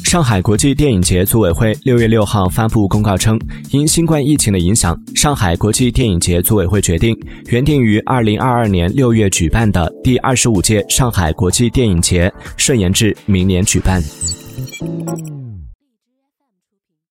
上海国际电影节组委会6月6号发布公告称，因新冠疫情的影响，上海国际电影节组委会决定，原定于2022年6月举办的第25届上海国际电影节顺延至明年举办。